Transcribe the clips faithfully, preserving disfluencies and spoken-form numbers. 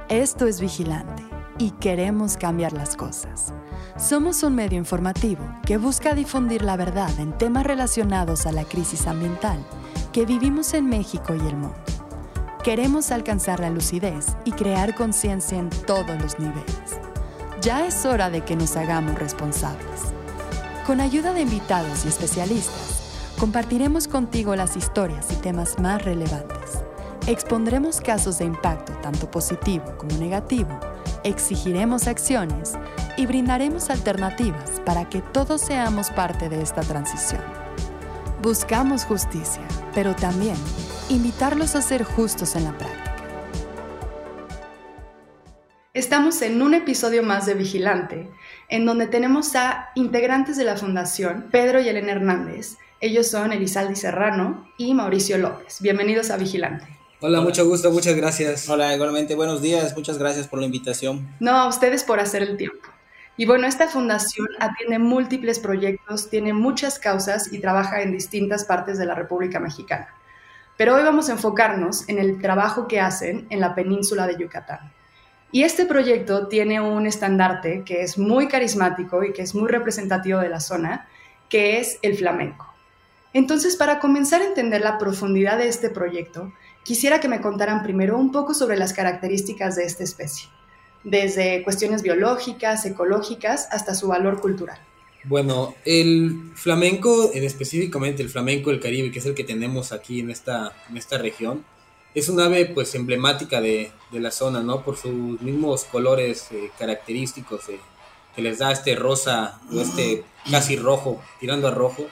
Esto es Vigilante y queremos cambiar las cosas. Somos un medio informativo que busca difundir la verdad en temas relacionados a la crisis ambiental que vivimos en México y el mundo. Queremos alcanzar la lucidez y crear conciencia en todos los niveles. Ya es hora de que nos hagamos responsables. Con ayuda de invitados y especialistas, compartiremos contigo las historias y temas más relevantes. Expondremos casos de impacto tanto positivo como negativo, exigiremos acciones y brindaremos alternativas para que todos seamos parte de esta transición. Buscamos justicia, pero también invitarlos a ser justos en la práctica. Estamos en un episodio más de Vigilante, en donde tenemos a integrantes de la Fundación, Pedro y Elena Hernández. Ellos son Elizalde Serrano y Mauricio López. Bienvenidos a Vigilante. Hola, mucho gusto, muchas gracias. Hola, igualmente, buenos días, muchas gracias por la invitación. No, a ustedes por hacer el tiempo. Y bueno, esta fundación atiende múltiples proyectos, tiene muchas causas y trabaja en distintas partes de la República Mexicana. Pero hoy vamos a enfocarnos en el trabajo que hacen en la península de Yucatán. Y este proyecto tiene un estandarte que es muy carismático y que es muy representativo de la zona, que es el flamenco. Entonces, para comenzar a entender la profundidad de este proyecto, quisiera que me contaran primero un poco sobre las características de esta especie, desde cuestiones biológicas, ecológicas, hasta su valor cultural. Bueno, el flamenco, en específicamente el flamenco del Caribe, que es el que tenemos aquí en esta, en esta región, es un ave pues emblemática de, de la zona, ¿no? Por sus mismos colores eh, característicos eh, que les da este rosa o este casi rojo, tirando a rojo.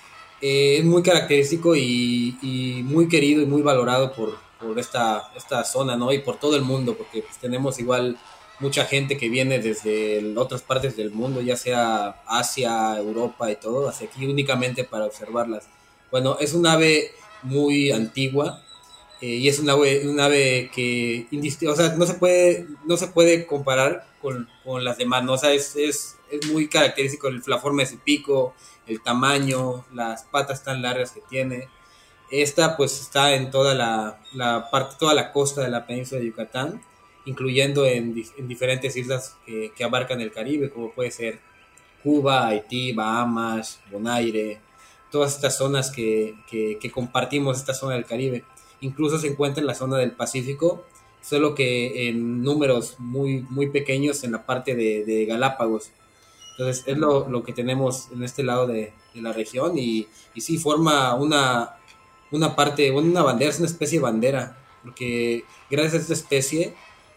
Eh, es muy característico y, y muy querido y muy valorado por, por esta, esta zona, ¿no? Y por todo el mundo, porque pues, tenemos igual mucha gente que viene desde otras partes del mundo, ya sea Asia, Europa y todo, hacia aquí únicamente para observarlas. Bueno, es un ave muy antigua eh, y es un ave, un ave que indisti- o sea, no se puede, no se puede comparar con, con las demás, ¿no? O sea, es, es, es muy característico la forma de su pico, el tamaño, las patas tan largas que tiene. Esta pues está en toda la, la parte, toda la costa de la península de Yucatán, incluyendo en, en diferentes islas que, que abarcan el Caribe, como puede ser Cuba, Haití, Bahamas, Bonaire, todas estas zonas que, que, que compartimos esta zona del Caribe. Incluso se encuentra en la zona del Pacífico, solo que en números muy, muy pequeños en la parte de, de Galápagos. Entonces es lo, lo que tenemos en este lado de, de la región y, y sí forma una, una parte, una bandera, es una especie de bandera, porque gracias a esta especie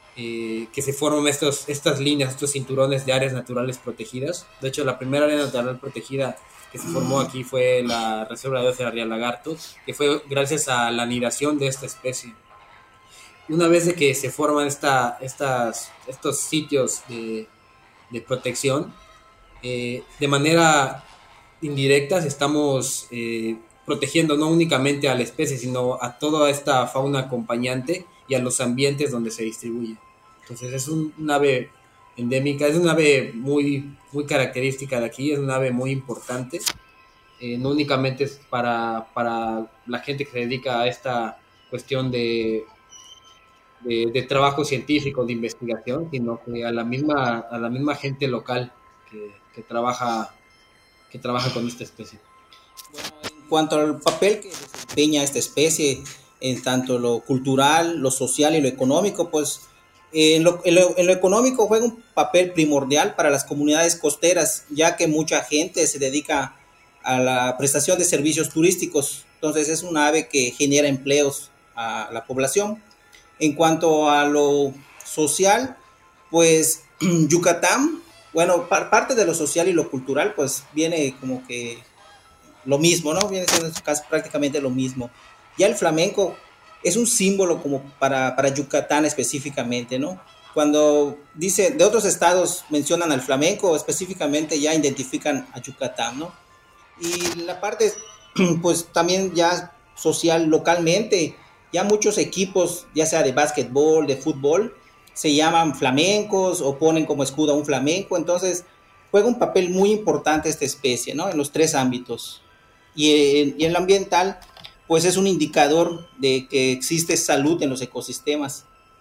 eh, que se forman estos, estas líneas, estos cinturones de áreas naturales protegidas. De hecho, la primera área natural protegida que se formó aquí fue la Reserva de Biosfera Río Lagarto, que fue gracias a la anidación de esta especie. Una vez de que se forman esta, estas, estos sitios de, de protección, Eh, de manera indirecta estamos eh, protegiendo no únicamente a la especie, sino a toda esta fauna acompañante y a los ambientes donde se distribuye. Entonces es un, un ave endémica, es una ave muy, muy característica de aquí, es una ave muy importante, eh, no únicamente es para, para la gente que se dedica a esta cuestión de, de, de trabajo científico, de investigación, sino que a la misma, a la misma gente local que, que trabaja que trabaja con esta especie. Bueno, en cuanto al papel que desempeña esta especie en tanto lo cultural, lo social y lo económico, pues en lo, en lo, en lo económico juega un papel primordial para las comunidades costeras, ya que mucha gente se dedica a la prestación de servicios turísticos. Entonces es un ave que genera empleos a la población. En cuanto a lo social, pues Yucatán, bueno, par- parte de lo social y lo cultural, pues viene como que lo mismo, ¿no? Viene siendo casi prácticamente lo mismo. Ya el flamenco es un símbolo como para, para Yucatán específicamente, ¿no? Cuando dice, de otros estados mencionan al flamenco, específicamente ya identifican a Yucatán, ¿no? Y la parte, pues también ya social localmente, ya muchos equipos, ya sea de básquetbol, de fútbol, se llaman flamencos o ponen como escudo a un flamenco. Entonces juega un papel muy importante esta especie, ¿no? En los tres ámbitos. Y en, y en lo ambiental, pues es un indicador de que existe salud en los ecosistemas.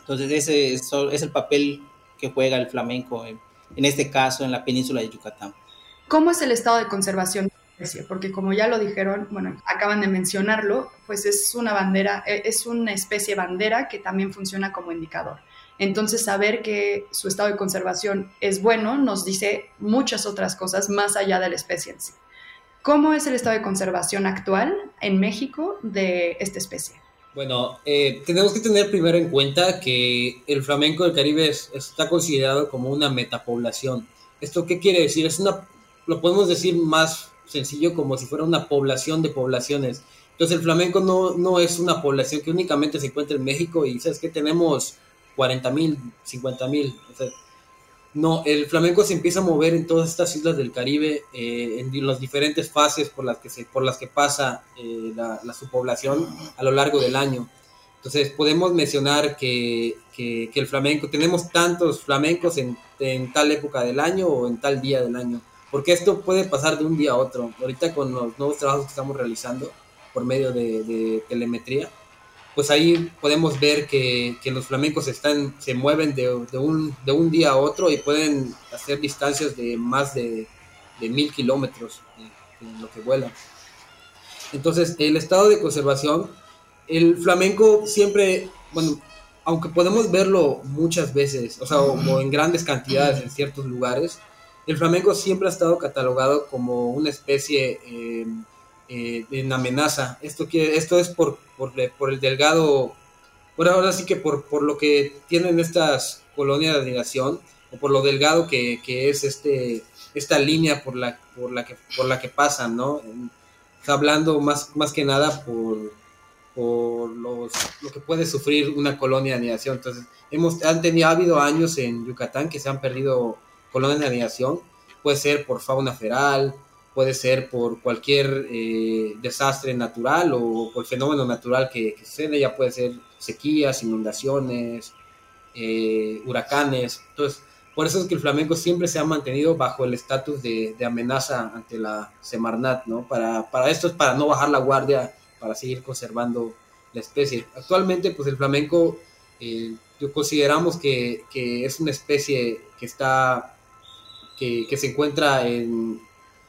Entonces ese es, es el papel que juega el flamenco, en, en este caso en la península de Yucatán. ¿Cómo es el estado de conservación de la especie? Porque como ya lo dijeron, bueno, acaban de mencionarlo, pues es una bandera, es una especie bandera que también funciona como indicador. Entonces, saber que su estado de conservación es bueno nos dice muchas otras cosas más allá de la especie en sí. ¿Cómo es el estado de conservación actual en México de esta especie? Bueno, eh, tenemos que tener primero en cuenta que el flamenco del Caribe es, está considerado como una metapoblación. ¿Esto qué quiere decir? Es una, lo podemos decir más sencillo, como si fuera una población de poblaciones. Entonces el flamenco no, no es una población que únicamente se encuentra en México y sabes que tenemos cuarenta mil, cincuenta mil. O sea, no, el flamenco se empieza a mover en todas estas islas del Caribe, eh, en las diferentes fases por las que, se, por las que pasa eh, la, la, su población a lo largo del año. Entonces podemos mencionar que, que, que el flamenco, tenemos tantos flamencos en, en tal época del año o en tal día del año, porque esto puede pasar de un día a otro. Ahorita con los nuevos trabajos que estamos realizando por medio de, de telemetría, pues ahí podemos ver que, que los flamencos están, se mueven de, de, un, de un día a otro y pueden hacer distancias de más de, de mil kilómetros en lo que vuelan. Entonces, el estado de conservación, el flamenco siempre, bueno, aunque podemos verlo muchas veces, o sea, o, o en grandes cantidades en ciertos lugares, el flamenco siempre ha estado catalogado como una especie eh, eh, en amenaza. Esto, quiere, esto es por, por, por el delgado, por ahora sí que por, por lo que tienen estas colonias de anidación, o por lo delgado que, que es este, esta línea por la, por la, que, por la que pasan, ¿no? O sea, hablando más, más que nada por, por los, lo que puede sufrir una colonia de anidación. Entonces, hemos, han tenido, ha habido años en Yucatán que se han perdido colonias de anidación. Puede ser por fauna feral, puede ser por cualquier eh, desastre natural o por fenómeno natural que, que sucede. Ya puede ser sequías, inundaciones, eh, huracanes. Entonces, por eso es que el flamenco siempre se ha mantenido bajo el estatus de, de amenaza ante la Semarnat, ¿no? Para, para esto es para no bajar la guardia, para seguir conservando la especie. Actualmente, pues el flamenco, eh, consideramos que, que es una especie que está, que, que se encuentra en,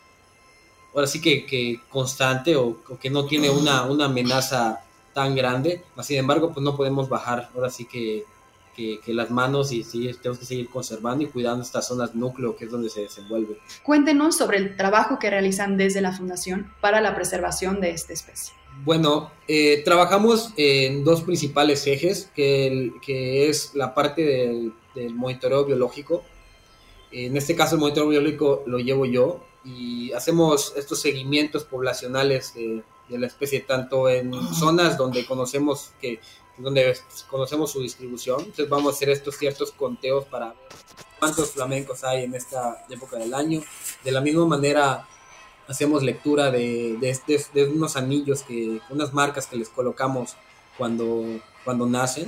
ahora sí que, que constante o, o que no tiene una, una amenaza tan grande, sin embargo, pues no podemos bajar, ahora sí que Que, que las manos y sí, tenemos que seguir conservando y cuidando estas zonas núcleo que es donde se desenvuelve. Cuéntenos sobre el trabajo que realizan desde la Fundación para la preservación de esta especie. Bueno, eh, trabajamos en dos principales ejes, que, el, que es la parte del, del monitoreo biológico. En este caso el monitoreo biológico lo llevo yo y hacemos estos seguimientos poblacionales de, de la especie, tanto en zonas donde conocemos que donde conocemos su distribución. Entonces vamos a hacer estos ciertos conteos para ver cuántos flamencos hay en esta época del año. De la misma manera hacemos lectura de, de, de, de unos anillos, que, unas marcas que les colocamos cuando, cuando nacen,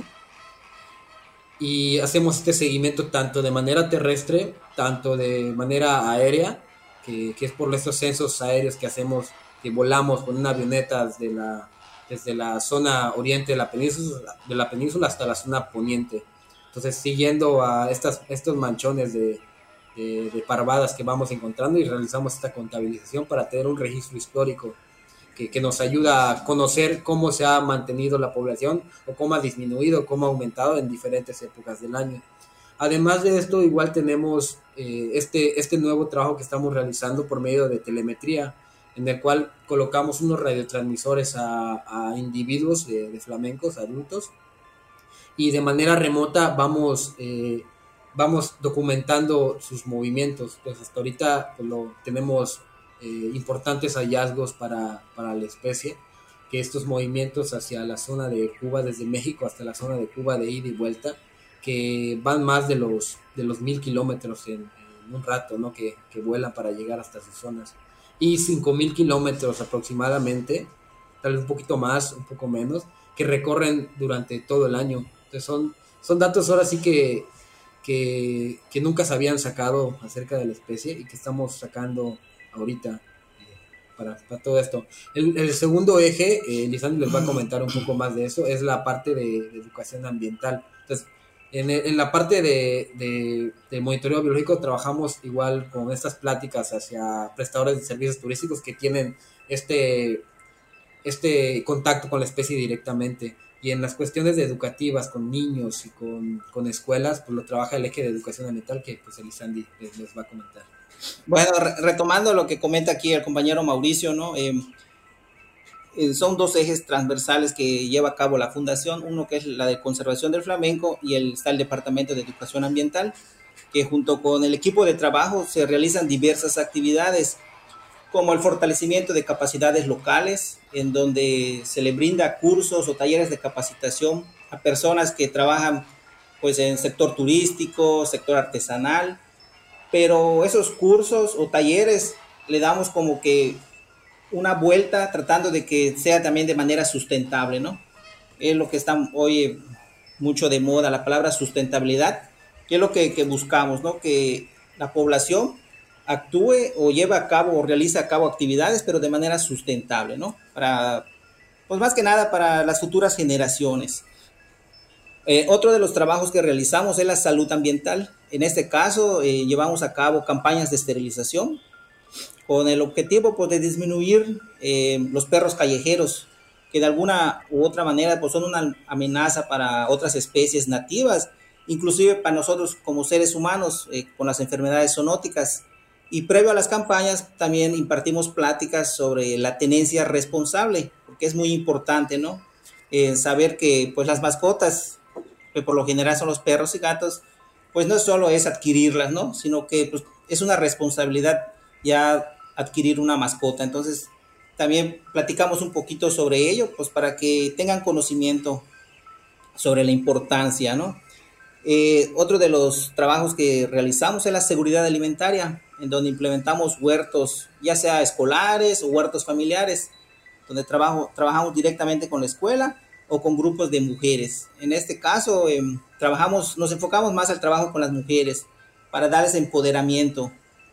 y hacemos este seguimiento tanto de manera terrestre, tanto de manera aérea, que, que es por estos censos aéreos que hacemos, que volamos con una avioneta desde la desde la zona oriente de la península, de la península hasta la zona poniente. Entonces, siguiendo a estas, estos manchones de, de, de parvadas que vamos encontrando, y realizamos esta contabilización para tener un registro histórico que, que nos ayuda a conocer cómo se ha mantenido la población o cómo ha disminuido, cómo ha aumentado en diferentes épocas del año. Además de esto, igual tenemos eh, este, este nuevo trabajo que estamos realizando por medio de telemetría, en el cual colocamos unos radiotransmisores a, a individuos de, de flamencos adultos, y de manera remota vamos, eh, vamos documentando sus movimientos. Pues hasta ahorita pues, lo, tenemos eh, importantes hallazgos para, para la especie, que estos movimientos hacia la zona de Cuba, desde México hasta la zona de Cuba de ida y vuelta, que van más de los, de los mil kilómetros en, en un rato, ¿no? que, que vuelan para llegar hasta sus zonas. Y cinco mil kilómetros aproximadamente, tal vez un poquito más, un poco menos, que recorren durante todo el año. Entonces son, son datos ahora sí que, que, que nunca se habían sacado acerca de la especie y que estamos sacando ahorita eh, para, para todo esto. El, el segundo eje, eh, Lisandro les va a comentar un poco más de eso, es la parte de, de educación ambiental. Entonces, En, en la parte de, de, de monitoreo biológico trabajamos igual con estas pláticas hacia prestadores de servicios turísticos que tienen este, este contacto con la especie directamente. Y en las cuestiones de educativas con niños y con, con escuelas, pues lo trabaja el eje de educación ambiental que pues Elisandi les, les va a comentar. Bueno, re- retomando lo que comenta aquí el compañero Mauricio, ¿no? Eh, eh, son dos ejes transversales que lleva a cabo la fundación, uno que es la de conservación del flamenco y el, está el Departamento de Educación Ambiental, que junto con el equipo de trabajo se realizan diversas actividades, como el fortalecimiento de capacidades locales, en donde se le brinda cursos o talleres de capacitación a personas que trabajan pues en sector turístico, sector artesanal, pero esos cursos o talleres le damos como que una vuelta tratando de que sea también de manera sustentable, ¿no? Es lo que está hoy mucho de moda, la palabra sustentabilidad, que es lo que, que buscamos, ¿no? Que la población actúe o lleve a cabo o realice a cabo actividades, pero de manera sustentable, ¿no? Para, pues más que nada para las futuras generaciones. Eh, otro de los trabajos que realizamos es la salud ambiental. En este caso, eh, llevamos a cabo campañas de esterilización con el objetivo pues, de disminuir eh, los perros callejeros, que de alguna u otra manera pues, son una amenaza para otras especies nativas, inclusive para nosotros como seres humanos eh, con las enfermedades zoonóticas. Y previo a las campañas también impartimos pláticas sobre la tenencia responsable, porque es muy importante, ¿no? Eh, saber que pues las mascotas, que por lo general son los perros y gatos, pues no solo es adquirirlas, ¿no? Sino que pues, es una responsabilidad ya adquirir una mascota. Entonces también platicamos un poquito sobre ello, pues para que tengan conocimiento sobre la importancia, ¿no? Eh, otro de los trabajos que realizamos es la seguridad alimentaria, en donde implementamos huertos, ya sea escolares o huertos familiares, donde trabajo, trabajamos directamente con la escuela o con grupos de mujeres. En este caso, eh, trabajamos, nos enfocamos más al trabajo con las mujeres para darles empoderamiento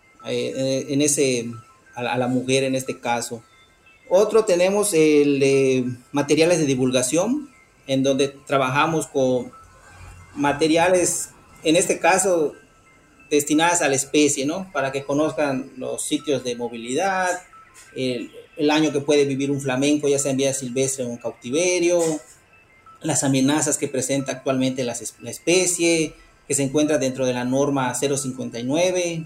eh, en ese, a, a la mujer en este caso. Otro tenemos el eh, materiales de divulgación, en donde trabajamos con materiales, en este caso, destinadas a la especie, ¿no? Para que conozcan los sitios de movilidad, el, el año que puede vivir un flamenco, ya sea en vida silvestre o en cautiverio, las amenazas que presenta actualmente la, la especie, que se encuentra dentro de la norma cero cincuenta y nueve.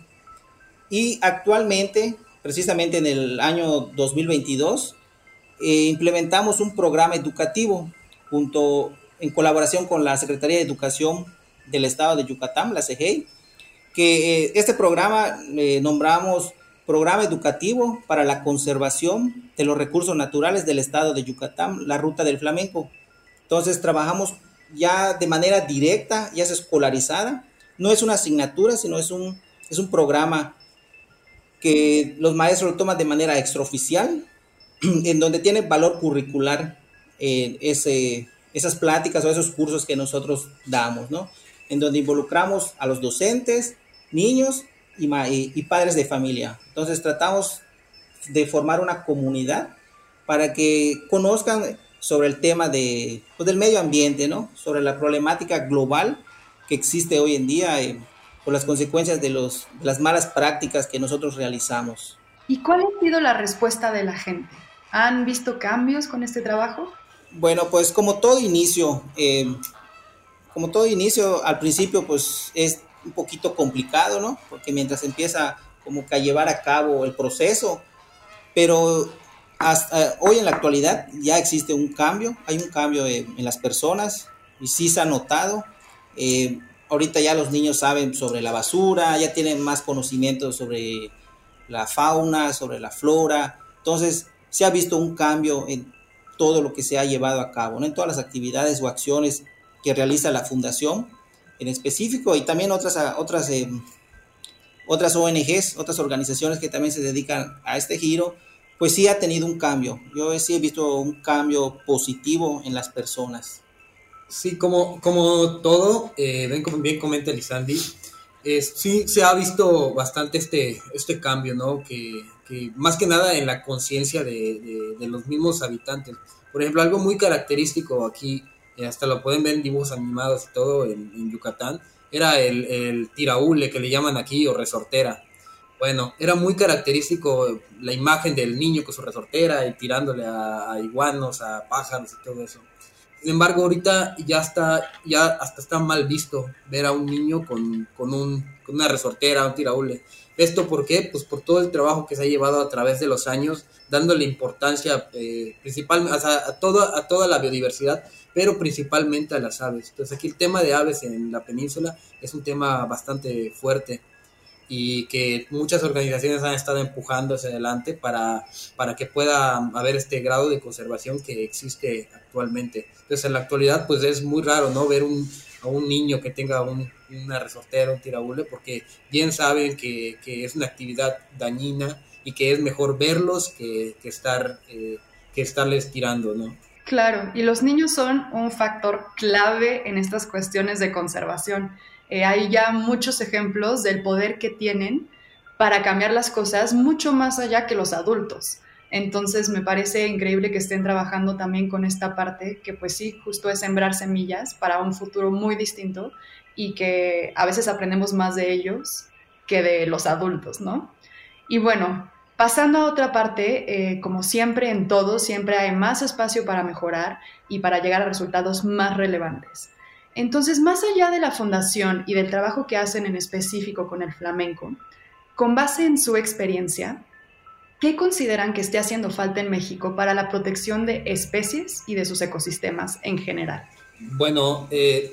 Y actualmente, precisamente en el año dos mil veintidós, eh, implementamos un programa educativo junto, en colaboración con la Secretaría de Educación del Estado de Yucatán, la CEGEI, que eh, este programa eh, nombramos Programa Educativo para la Conservación de los Recursos Naturales del Estado de Yucatán, la Ruta del Flamenco. Entonces trabajamos ya de manera directa, ya es escolarizada, no es una asignatura, sino es un, es un programa que los maestros lo toman de manera extraoficial, en donde tiene valor curricular eh, ese, esas pláticas o esos cursos que nosotros damos, ¿no? En donde involucramos a los docentes, niños y, y, y padres de familia. Entonces tratamos de formar una comunidad para que conozcan sobre el tema de, pues, del medio ambiente, ¿no? Sobre la problemática global que existe hoy en día eh, por las consecuencias de, los, de las malas prácticas que nosotros realizamos. ¿Y cuál ha sido la respuesta de la gente? ¿Han visto cambios con este trabajo? Bueno, pues como todo inicio, eh, como todo inicio, al principio pues es un poquito complicado, ¿no? Porque mientras empieza como que a llevar a cabo el proceso, pero hasta hoy en la actualidad ya existe un cambio, hay un cambio en, en las personas y sí se ha notado. Eh, ahorita ya los niños saben sobre la basura, ya tienen más conocimiento sobre la fauna, sobre la flora, entonces se ha visto un cambio en todo lo que se ha llevado a cabo, ¿no? En todas las actividades o acciones que realiza la fundación en específico y también otras, otras, eh, otras O N Ges, otras organizaciones que también se dedican a este giro, pues sí ha tenido un cambio. Yo sí he visto un cambio positivo en las personas. Sí, como, como todo, eh, bien, bien comenta Elisandi, eh, sí se ha visto bastante este, este cambio, ¿no? Que, que más que nada en la conciencia de, de, de los mismos habitantes. Por ejemplo, algo muy característico aquí eh, hasta lo pueden ver en dibujos animados y todo en, en Yucatán, era el, el tiraúle que le llaman aquí, o resortera. Bueno, era muy característico la imagen del niño con su resortera y tirándole a, a iguanos, a pájaros y todo eso. Sin embargo, ahorita ya está, ya hasta está mal visto ver a un niño con, con, un, con una resortera, un tiraúle. ¿Esto por qué? Pues por todo el trabajo que se ha llevado a través de los años, dándole importancia eh, principal, o sea, a, toda, a toda la biodiversidad, pero principalmente a las aves. Entonces aquí el tema de aves en la península es un tema bastante fuerte, y que muchas organizaciones han estado empujando hacia adelante para, para que pueda haber este grado de conservación que existe actualmente. Entonces, en la actualidad, pues es muy raro, ¿no? Ver un, a un niño que tenga un, una resortera, un tiraúle, porque bien saben que, que es una actividad dañina y que es mejor verlos que, que, estar, eh, que estarles tirando, ¿no? Claro, y los niños son un factor clave en estas cuestiones de conservación. Eh, hay ya muchos ejemplos del poder que tienen para cambiar las cosas mucho más allá que los adultos. Entonces me parece increíble que estén trabajando también con esta parte, que pues sí, justo es sembrar semillas para un futuro muy distinto, y que a veces aprendemos más de ellos que de los adultos, ¿no? Y bueno, pasando a otra parte, eh, como siempre en todo, siempre hay más espacio para mejorar y para llegar a resultados más relevantes. Entonces, más allá de la fundación y del trabajo que hacen en específico con el flamenco, con base en su experiencia, ¿qué consideran que esté haciendo falta en México para la protección de especies y de sus ecosistemas en general? Bueno, eh,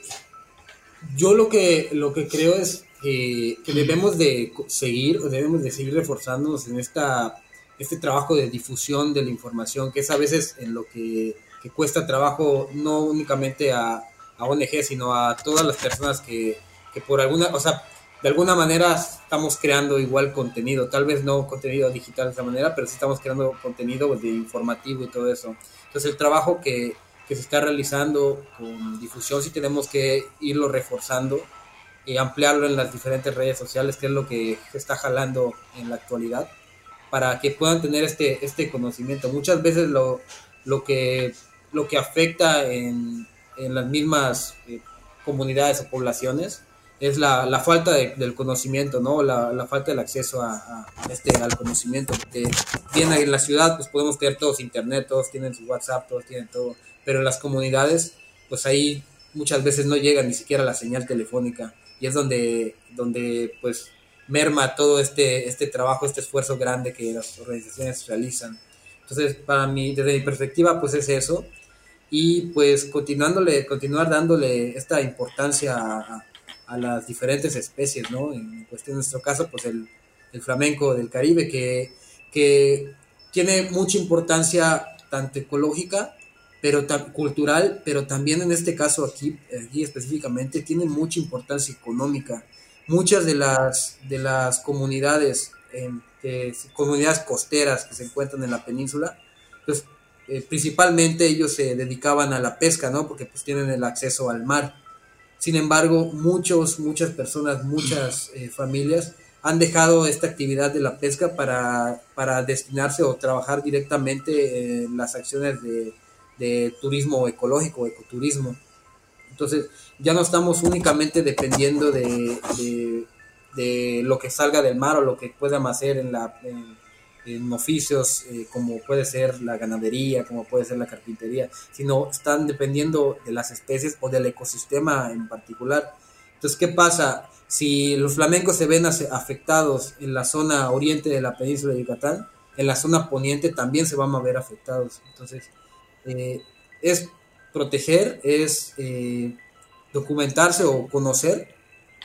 yo lo que, lo que creo es que, que debemos de seguir, o debemos de seguir reforzándonos en esta, este trabajo de difusión de la información, que es a veces en lo que, que cuesta trabajo, no únicamente a, a O N G, sino a todas las personas que, que por alguna, o sea, de alguna manera estamos creando igual contenido, tal vez no contenido digital de esa manera, pero sí estamos creando contenido, pues, de informativo y todo eso. Entonces el trabajo que, que se está realizando con difusión sí tenemos que irlo reforzando y ampliarlo en las diferentes redes sociales, que es lo que se está jalando en la actualidad, para que puedan tener este, este conocimiento. Muchas veces lo, lo, que, lo que afecta en, en las mismas eh, comunidades o poblaciones es la, la falta de, del conocimiento, ¿no? La, la falta del acceso a, a este, al conocimiento. Porque bien en la ciudad pues podemos tener todos internet, todos tienen su WhatsApp, todos tienen todo, pero en las comunidades pues ahí muchas veces no llega ni siquiera la señal telefónica, y es donde, donde pues merma todo este, este trabajo, este esfuerzo grande que las organizaciones realizan. Entonces, para mí, desde mi perspectiva, pues es eso, y pues continuándole, continuar dándole esta importancia a, a las diferentes especies, ¿no? En cuestión, en nuestro caso, pues el, el flamenco del Caribe, que, que tiene mucha importancia tanto ecológica, pero ta- cultural, pero también en este caso aquí, aquí específicamente, tiene mucha importancia económica. Muchas de las, de las comunidades, eh, de, comunidades costeras que se encuentran en la península, pues eh, principalmente ellos se dedicaban a la pesca, ¿no? Porque pues tienen el acceso al mar. Sin embargo, muchos, muchas personas, muchas eh, familias han dejado esta actividad de la pesca para, para destinarse o trabajar directamente en las acciones de, de turismo ecológico, ecoturismo. Entonces, ya no estamos únicamente dependiendo de, de, de lo que salga del mar o lo que puedan hacer en, la, en, en oficios eh, como puede ser la ganadería, como puede ser la carpintería, sino están dependiendo de las especies o del ecosistema en particular. Entonces, ¿qué pasa? Si los flamencos se ven afectados en la zona oriente de la península de Yucatán, en la zona poniente también se van a ver afectados. Entonces, eh, es proteger, es eh, documentarse o conocer,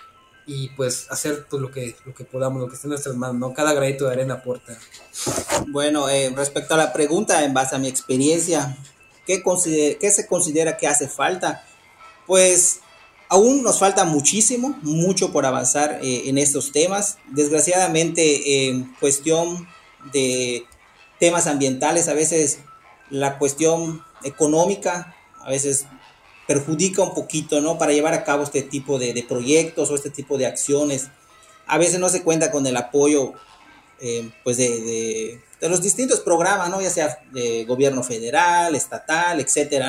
y pues hacer pues, lo que lo que podamos, lo que esté en nuestras manos, ¿no? Cada granito de arena aporta. Bueno, eh, respecto a la pregunta, en base a mi experiencia, ¿qué, consider- qué se considera que hace falta? Pues aún nos falta muchísimo, mucho por avanzar eh, en estos temas. Desgraciadamente, en cuestión de temas ambientales, a veces la cuestión económica, a veces perjudica un poquito, ¿no? Para llevar a cabo este tipo de, de proyectos o este tipo de acciones. A veces no se cuenta con el apoyo eh, pues de, de, de los distintos programas, ¿no? Ya sea de gobierno federal, estatal, etcétera, ¿no?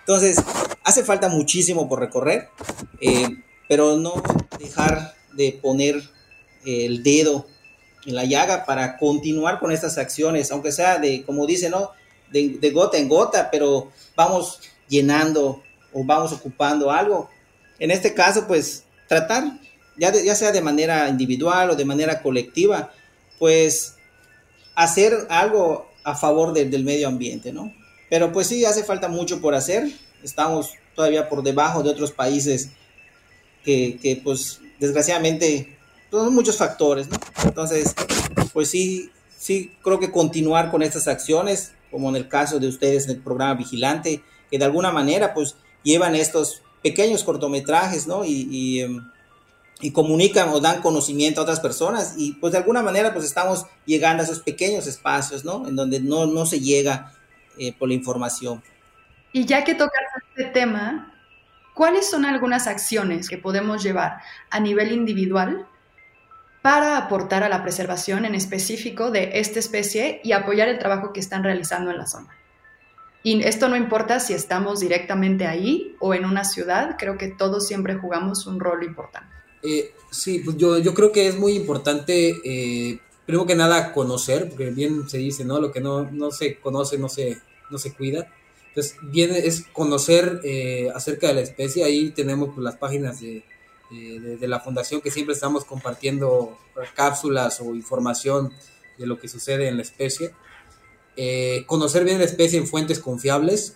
Entonces, hace falta muchísimo por recorrer, eh, pero no dejar de poner el dedo en la llaga para continuar con estas acciones, aunque sea de, como dice, ¿no? De, de gota en gota, pero vamos llenando o vamos ocupando algo. En este caso, pues tratar, ya, de, ya sea de manera individual o de manera colectiva, pues hacer algo a favor de, del medio ambiente, ¿no? Pero pues sí, hace falta mucho por hacer. Estamos todavía por debajo de otros países que, que pues desgraciadamente son muchos factores, ¿no? Entonces, pues sí, sí creo que continuar con estas acciones, como en el caso de ustedes en el programa Vigilante, que de alguna manera pues llevan estos pequeños cortometrajes, ¿no? Y, y, um, y comunican o dan conocimiento a otras personas y pues de alguna manera pues estamos llegando a esos pequeños espacios, ¿no? En donde no, no se llega eh, por la información. Y ya que tocas este tema, ¿cuáles son algunas acciones que podemos llevar a nivel individual para aportar a la preservación en específico de esta especie y apoyar el trabajo que están realizando en la zona? Y esto no importa si estamos directamente ahí o en una ciudad, creo que todos siempre jugamos un rol importante. Eh, sí, pues yo, yo creo que es muy importante, eh, primero que nada, conocer, porque bien se dice, ¿no? Lo que no, no se conoce no se, no se cuida. Entonces, bien es conocer eh, acerca de la especie. Ahí tenemos pues, las páginas de, de, de, de la fundación que siempre estamos compartiendo cápsulas o información de lo que sucede en la especie. Eh, conocer bien la especie en fuentes confiables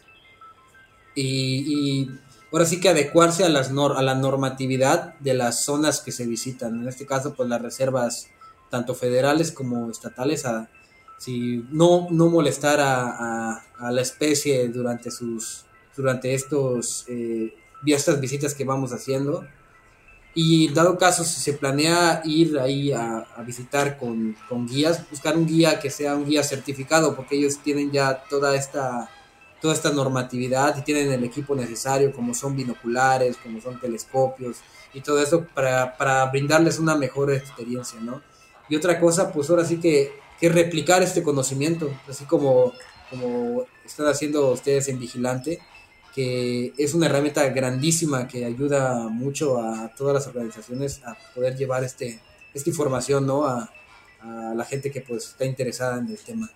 y, y ahora sí que adecuarse a, las nor- a la normatividad de las zonas que se visitan. En este caso, pues las reservas tanto federales como estatales, a, si no, no molestar a, a, a la especie durante sus durante estos eh, estas visitas que vamos haciendo. Y dado caso, si se planea ir ahí a, a visitar con, con guías, buscar un guía que sea un guía certificado, porque ellos tienen ya toda esta, toda esta normatividad y tienen el equipo necesario, como son binoculares, como son telescopios y todo eso para, para brindarles una mejor experiencia, ¿no? Y otra cosa, pues ahora sí que, que replicar este conocimiento, así como, como están haciendo ustedes en Vigilante, que es una herramienta grandísima que ayuda mucho a todas las organizaciones a poder llevar este, esta información, ¿no? a, a la gente que pues está interesada en el tema.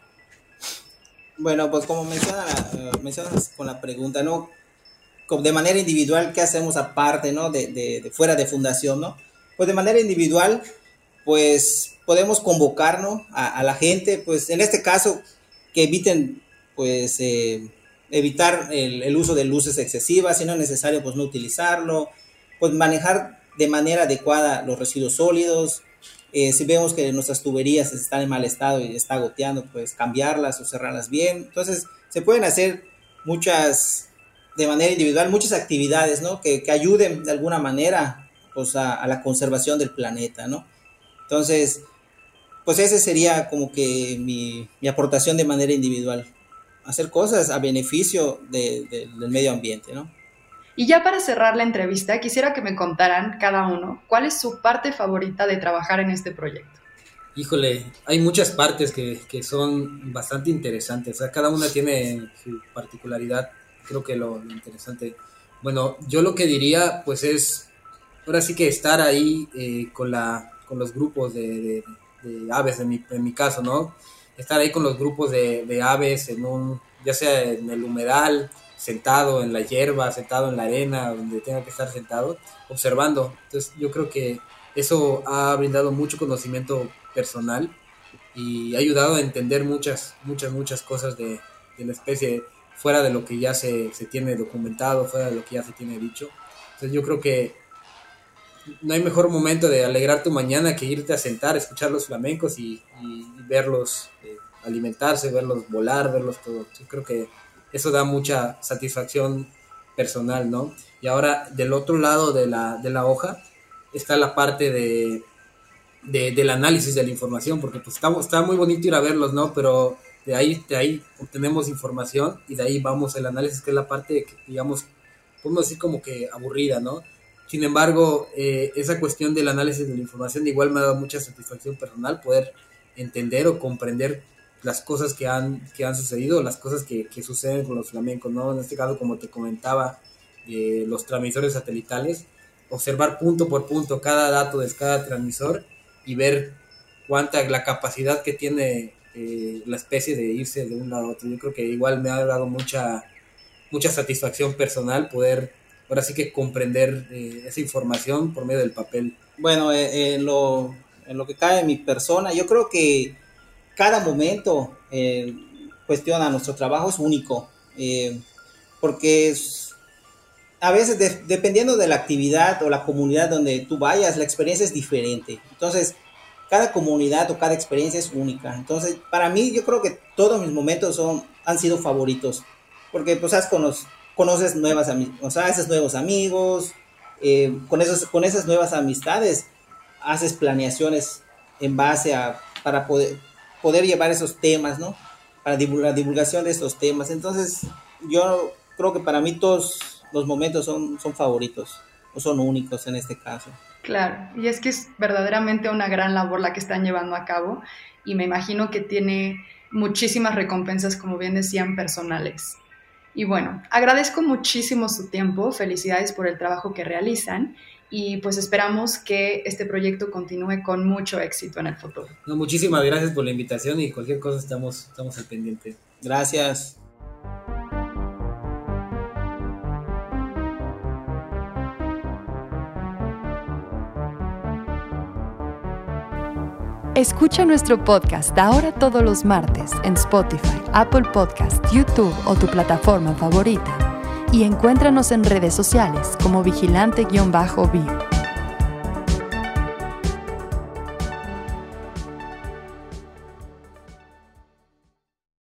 Bueno, pues como menciona, uh, mencionas con la pregunta, ¿no? Como de manera individual, ¿qué hacemos aparte, ¿no? De, de, de fuera de fundación, ¿no? Pues de manera individual, pues podemos convocarnos a, a la gente, pues en este caso, que eviten, pues, eh, evitar el, el uso de luces excesivas, si no es necesario, pues no utilizarlo, pues manejar de manera adecuada los residuos sólidos, eh, si vemos que nuestras tuberías están en mal estado y está goteando, pues cambiarlas o cerrarlas bien. Entonces, se pueden hacer muchas, de manera individual, muchas actividades, ¿no? Que, que ayuden de alguna manera, pues, a, a la conservación del planeta, ¿no? Entonces, pues ese sería como que mi, mi aportación de manera individual. Hacer cosas a beneficio de, de, del medio ambiente, ¿no? Y ya para cerrar la entrevista, quisiera que me contaran cada uno cuál es su parte favorita de trabajar en este proyecto. Híjole, hay muchas partes que, que son bastante interesantes, o sea, cada una tiene su particularidad, creo que lo, lo interesante. Bueno, yo lo que diría, pues es, ahora sí que estar ahí eh, con, la, con los grupos de, de, de aves, en mi, en mi caso, ¿no? Estar ahí con los grupos de, de aves, en un, ya sea en el humedal, sentado en la hierba, sentado en la arena, donde tenga que estar sentado, observando. Entonces yo creo que eso ha brindado mucho conocimiento personal y ha ayudado a entender muchas, muchas, muchas cosas de, de la especie fuera de lo que ya se, se tiene documentado, fuera de lo que ya se tiene dicho. Entonces yo creo que no hay mejor momento de alegrar tu mañana que irte a sentar, escuchar los flamencos y, y, y verlos eh, alimentarse, verlos volar, verlos todo. Yo creo que eso da mucha satisfacción personal, ¿no? Y ahora del otro lado de la, de la hoja está la parte de, de, del análisis de la información, porque pues está, está muy bonito ir a verlos, ¿no? Pero de ahí, de ahí obtenemos información y de ahí vamos al análisis, que es la parte que, digamos, podemos decir como que aburrida, ¿no? Sin embargo, eh, esa cuestión del análisis de la información igual me ha dado mucha satisfacción personal, poder entender o comprender las cosas que han, que han sucedido, las cosas que, que suceden con los flamencos, ¿no? En este caso, como te comentaba, eh, los transmisores satelitales, observar punto por punto cada dato de cada transmisor y ver cuánta la capacidad que tiene eh, la especie de irse de un lado a otro. Yo creo que igual me ha dado mucha, mucha satisfacción personal poder, ahora sí que comprender eh, esa información por medio del papel. Bueno, eh, en, lo, en lo que cae en mi persona, yo creo que cada momento eh, cuestión a nuestro trabajo es único, eh, porque es, a veces de, dependiendo de la actividad o la comunidad donde tú vayas, la experiencia es diferente. Entonces, cada comunidad o cada experiencia es única. Entonces, para mí, yo creo que todos mis momentos son, han sido favoritos, porque pues conoces, conoces nuevas, o sea, haces nuevos amigos, eh, con, esos, con esas nuevas amistades haces planeaciones en base a, para poder, poder llevar esos temas, ¿no? Para divulgar, la divulgación de estos temas. Entonces, yo creo que para mí todos los momentos son, son favoritos, o son únicos en este caso. Claro, y es que es verdaderamente una gran labor la que están llevando a cabo, y me imagino que tiene muchísimas recompensas, como bien decían, personales. Y bueno, agradezco muchísimo su tiempo, felicidades por el trabajo que realizan, y pues esperamos que este proyecto continúe con mucho éxito en el futuro. No, muchísimas gracias por la invitación y cualquier cosa estamos, estamos al pendiente. Gracias. Escucha nuestro podcast ahora todos los martes en Spotify, Apple Podcast, YouTube o tu plataforma favorita. Y encuéntranos en redes sociales como vigilante-bio.